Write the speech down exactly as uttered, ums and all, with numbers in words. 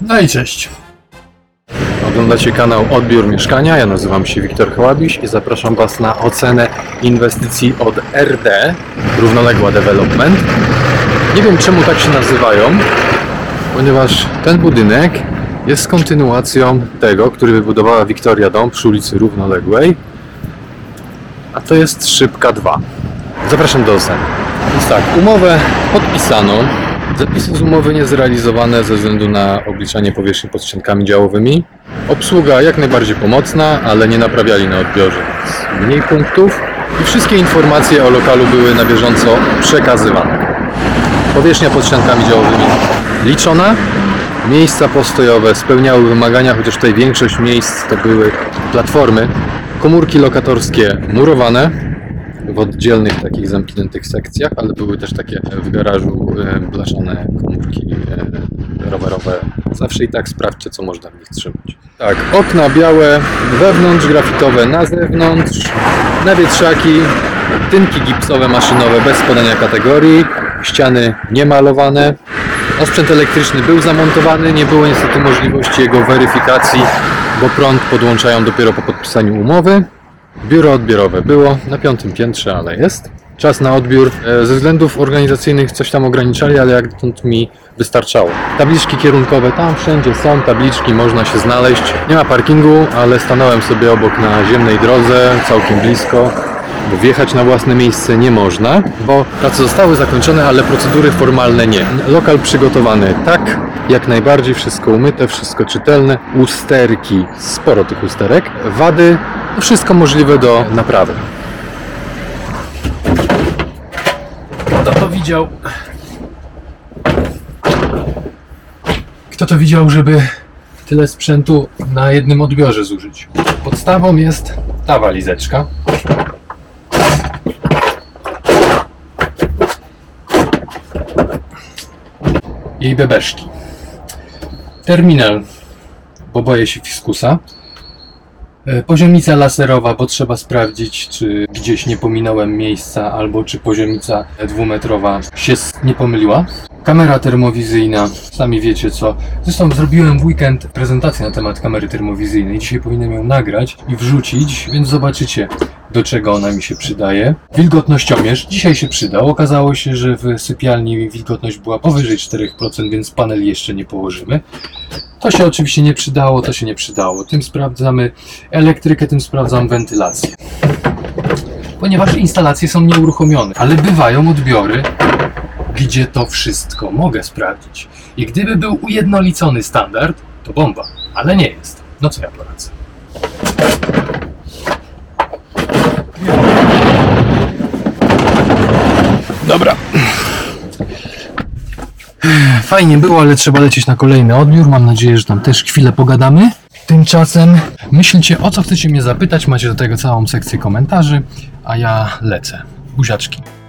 No i cześć. Oglądacie kanał Odbiór Mieszkania, ja nazywam się Wiktor Chałabiś i zapraszam Was na ocenę inwestycji od R D, Równoległa Development. Nie wiem czemu tak się nazywają, ponieważ ten budynek jest kontynuacją tego, który wybudowała Wiktoria Dom przy ulicy Równoległej, a to jest Szybka dwa. Zapraszam do oceny. Więc tak, umowę podpisano. Zapisy z umowy niezrealizowane ze względu na obliczanie powierzchni pod ściankami działowymi. Obsługa jak najbardziej pomocna, ale nie naprawiali na odbiorze, więc mniej punktów. I wszystkie informacje o lokalu były na bieżąco przekazywane. Powierzchnia pod ściankami działowymi liczona. Miejsca postojowe spełniały wymagania, chociaż tutaj większość miejsc to były platformy. Komórki lokatorskie murowane w oddzielnych takich zamkniętych sekcjach, ale były też takie w garażu e, blaszane komórki e, rowerowe. Zawsze i tak sprawdźcie, co można w nich trzymać. Tak, okna białe wewnątrz, grafitowe na zewnątrz, nawietrzaki, tynki gipsowe maszynowe bez podania kategorii, ściany niemalowane. Osprzęt elektryczny był zamontowany, nie było niestety możliwości jego weryfikacji, bo prąd podłączają dopiero po podpisaniu umowy. Biuro odbiorowe było na piątym piętrze, ale jest. Czas na odbiór. Ze względów organizacyjnych coś tam ograniczali, ale jak dotąd mi wystarczało. Tabliczki kierunkowe tam wszędzie są, tabliczki można się znaleźć. Nie ma parkingu, ale stanąłem sobie obok na ziemnej drodze, całkiem blisko. Bo wjechać na własne miejsce nie można, bo prace zostały zakończone, ale procedury formalne nie. Lokal przygotowany tak, jak najbardziej, wszystko umyte, wszystko czytelne, usterki, sporo tych usterek, wady, wszystko możliwe do naprawy. Kto to widział? Kto to widział, żeby tyle sprzętu na jednym odbiorze zużyć? Podstawą jest ta walizeczka. Jej bebeszki. Terminal, bo boję się fiskusa. Poziomica laserowa, bo trzeba sprawdzić, czy gdzieś nie pominąłem miejsca, albo czy poziomica dwumetrowa się nie pomyliła. Kamera termowizyjna, sami wiecie co. Zresztą zrobiłem w weekend prezentację na temat kamery termowizyjnej. Dzisiaj powinienem ją nagrać i wrzucić, więc zobaczycie, do czego ona mi się przydaje. Wilgotnościomierz dzisiaj się przydał. Okazało się, że w sypialni wilgotność była powyżej cztery procent, więc panel jeszcze nie położymy. To się oczywiście nie przydało, to się nie przydało. Tym sprawdzamy elektrykę, tym sprawdzam wentylację. Ponieważ instalacje są nieuruchomione, ale bywają odbiory, gdzie to wszystko mogę sprawdzić. I gdyby był ujednolicony standard, to bomba, ale nie jest. No co ja poradzę? Dobra. Fajnie było, ale trzeba lecieć na kolejny odbiór. Mam nadzieję, że tam też chwilę pogadamy. Tymczasem myślcie, o co chcecie mnie zapytać. Macie do tego całą sekcję komentarzy, a ja lecę. Buziaczki.